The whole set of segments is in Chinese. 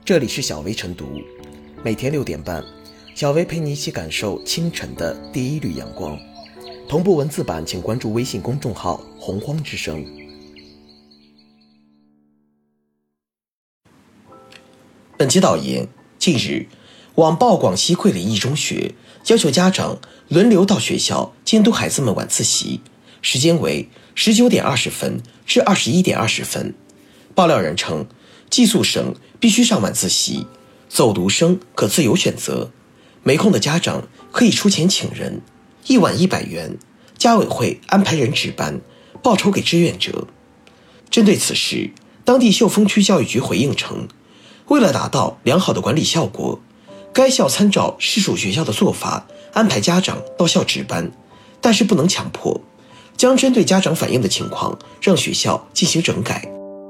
这里是小薇晨读，每天6点半，小薇陪你一起感受清晨的第一缕阳光。同步文字版请关注微信公众号洪荒之声。本期导言：近日，网曝广西桂林一中学要求家长轮流到学校监督孩子们晚自习，时间为19点20分至21点20分。爆料人称，寄宿生必须上晚自习，走读生可自由选择，没空的家长可以出钱请人，一晚100元，家委会安排人值班，报酬给志愿者。针对此事，当地秀峰区教育局回应称，为了达到良好的管理效果，该校参照市属学校的做法，安排家长到校值班，但是不能强迫，将针对家长反映的情况让学校进行整改。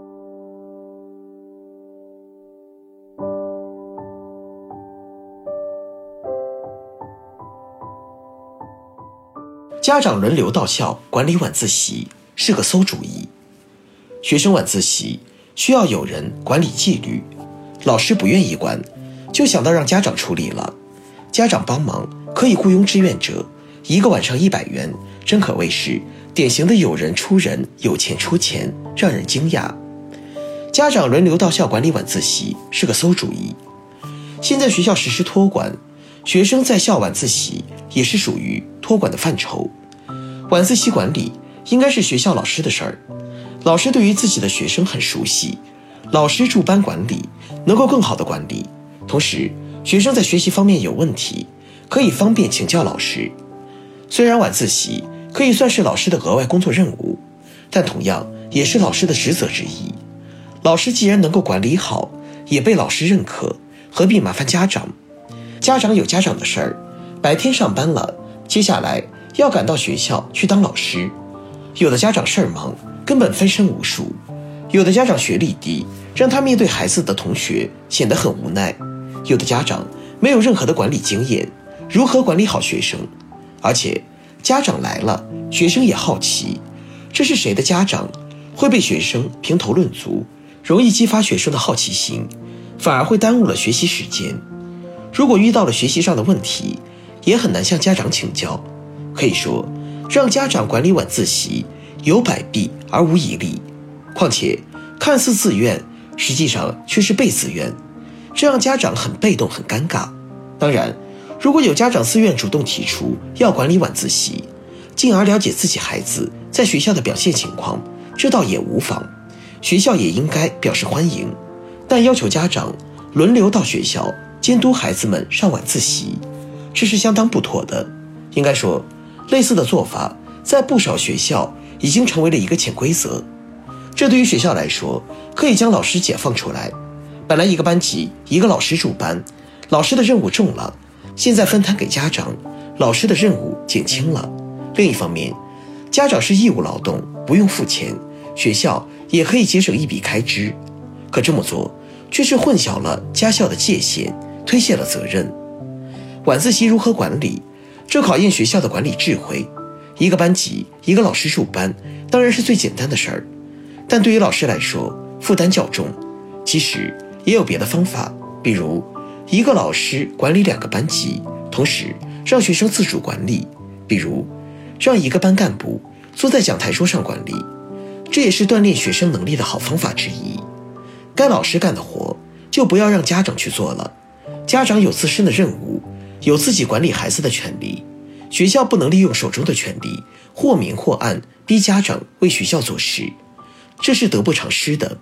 家长轮流到校管理晚自习是个馊主意。学生晚自习需要有人管理纪律，老师不愿意管，就想到让家长处理了。家长帮忙可以雇佣志愿者，一个晚上100元，真可谓是典型的有人出人，有钱出钱，让人惊讶。家长轮流到校管理晚自习是个馊主意。现在学校实施托管，学生在校晚自习也是属于托管的范畴。晚自习管理应该是学校老师的事儿，老师对于自己的学生很熟悉，老师驻班管理能够更好的管理，同时学生在学习方面有问题，可以方便请教老师。虽然晚自习可以算是老师的额外工作任务，但同样也是老师的职责之一。老师既然能够管理好，也被老师认可，何必麻烦家长？家长有家长的事儿，白天上班了，接下来要赶到学校去当老师。有的家长事儿忙，根本分身无术；有的家长学历低，让他面对孩子的同学显得很无奈；有的家长没有任何的管理经验，如何管理好学生？而且家长来了，学生也好奇，这是谁的家长？会被学生评头论足，容易激发学生的好奇心，反而会耽误了学习时间。如果遇到了学习上的问题，也很难向家长请教。可以说，让家长管理晚自习有百弊而无一利。况且看似自愿，实际上却是被自愿，这让家长很被动很尴尬。当然，如果有家长自愿主动提出要管理晚自习，进而了解自己孩子在学校的表现情况，这倒也无妨，学校也应该表示欢迎。但要求家长轮流到学校监督孩子们上晚自习，这是相当不妥的。应该说，类似的做法在不少学校已经成为了一个潜规则。这对于学校来说，可以将老师解放出来。本来一个班级一个老师驻班，老师的任务重了，现在分摊给家长，老师的任务减轻了。另一方面，家长是义务劳动，不用付钱，学校也可以节省一笔开支。可这么做却是混淆了家校的界限，推卸了责任。晚自习如何管理，这考验学校的管理智慧。一个班级一个老师驻班当然是最简单的事儿，但对于老师来说负担较重。其实也有别的方法，比如一个老师管理2个班级，同时让学生自主管理，比如让一个班干部坐在讲台桌上管理，这也是锻炼学生能力的好方法之一。该老师干的活就不要让家长去做了，家长有自身的任务，有自己管理孩子的权利，学校不能利用手中的权利或明或暗逼家长为学校做事，这是得不偿失的。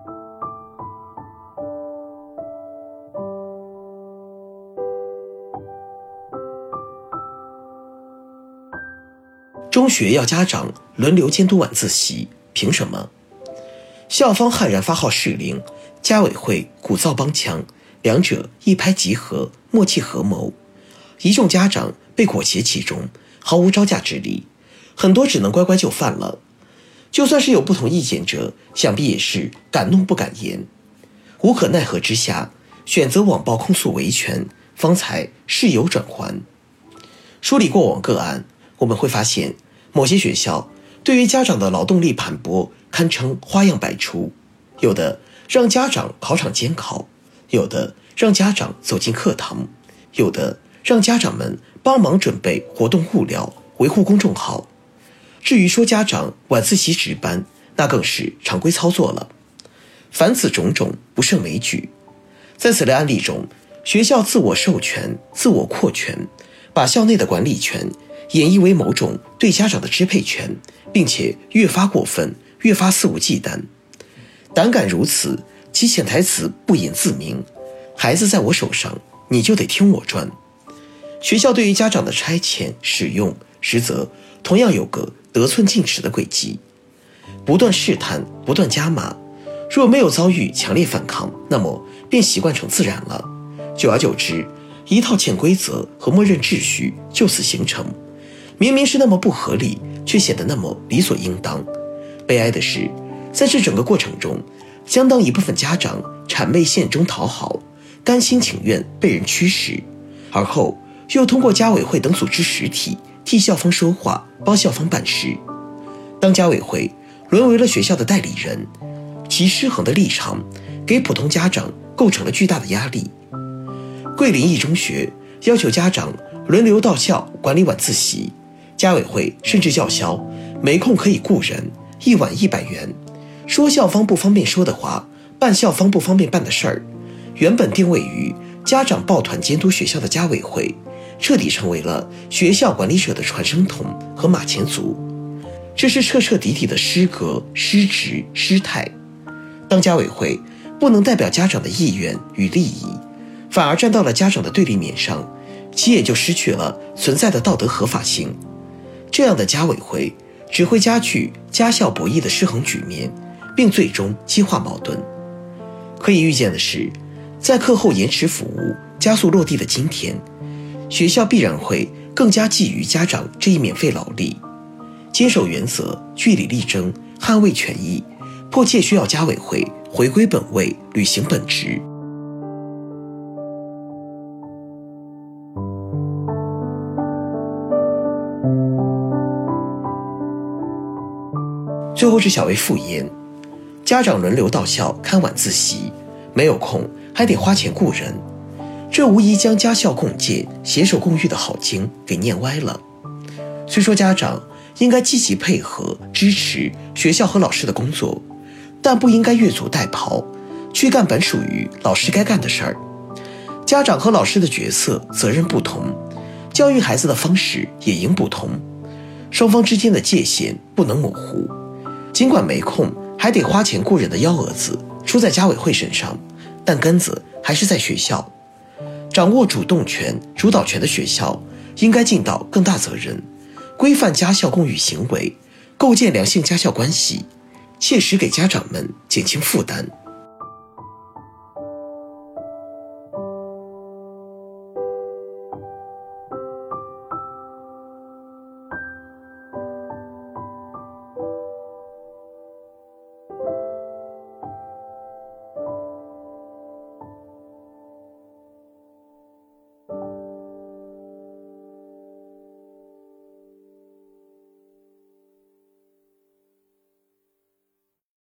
中学要家长轮流监督晚自习，凭什么？校方悍然发号施令，家委会鼓噪帮腔，两者一拍即合，默契合谋。一众家长被裹挟其中，毫无招架之力，很多只能乖乖就范了。就算是有不同意见者，想必也是敢怒不敢言。无可奈何之下，选择网暴控诉维权，方才事有转圜。梳理过往个案，我们会发现，某些学校对于家长的劳动力盘剥堪称花样百出，有的让家长考场监考， 有的让家长走进课堂，有的让家长们帮忙准备活动物料，维护公众号。至于说家长晚自习值班，那更是常规操作了。凡此种种，不胜枚举。在此类案例中，学校自我授权、自我扩权，把校内的管理权演绎为某种对家长的支配权，并且越发过分，越发肆无忌惮。胆敢如此，其潜台词不言自明，孩子在我手上，你就得听我转。学校对于家长的差遣、使用，实则同样有个得寸进尺的轨迹，不断试探，不断加码。若没有遭遇强烈反抗，那么便习惯成自然了。久而久之，一套潜规则和默认秩序就此形成。明明是那么不合理，却显得那么理所应当。悲哀的是，在这整个过程中，相当一部分家长谄媚陷中讨好，甘心情愿被人驱使，而后又通过家委会等组织实体替校方说话，帮校方办事。当家委会沦为了学校的代理人，其失衡的立场给普通家长构成了巨大的压力。桂林一中学要求家长轮流到校管理晚自习，家委会甚至叫嚣没空可以雇人，一晚100元，说校方不方便说的话，办校方不方便办的事儿。原本定位于家长抱团监督学校的家委会，彻底成为了学校管理者的传声筒和马前卒。这是彻彻底底的失格、失职、失态。当家委会不能代表家长的意愿与利益，反而站到了家长的对立面上，其也就失去了存在的道德合法性。这样的家委会只会加剧家校博弈的失衡局面，并最终激化矛盾。可以预见的是，在课后延迟服务加速落地的今天，学校必然会更加觊觎家长这一免费劳力，坚守原则，据理力争，捍卫权益，迫切需要家委会回归本位，履行本职。最后是小为附言，家长轮流到校看晚自习，没有空还得花钱雇人，这无疑将家校共建、携手共育的好经给念歪了。虽说家长应该积极配合支持学校和老师的工作，但不应该越俎代庖，去干本属于老师该干的事儿。家长和老师的角色责任不同，教育孩子的方式也应不同，双方之间的界限不能模糊。尽管没空还得花钱雇人的幺蛾子出在家委会身上，但根子还是在学校。掌握主动权、主导权的学校应该尽到更大责任，规范家校共育行为，构建良性家校关系，切实给家长们减轻负担。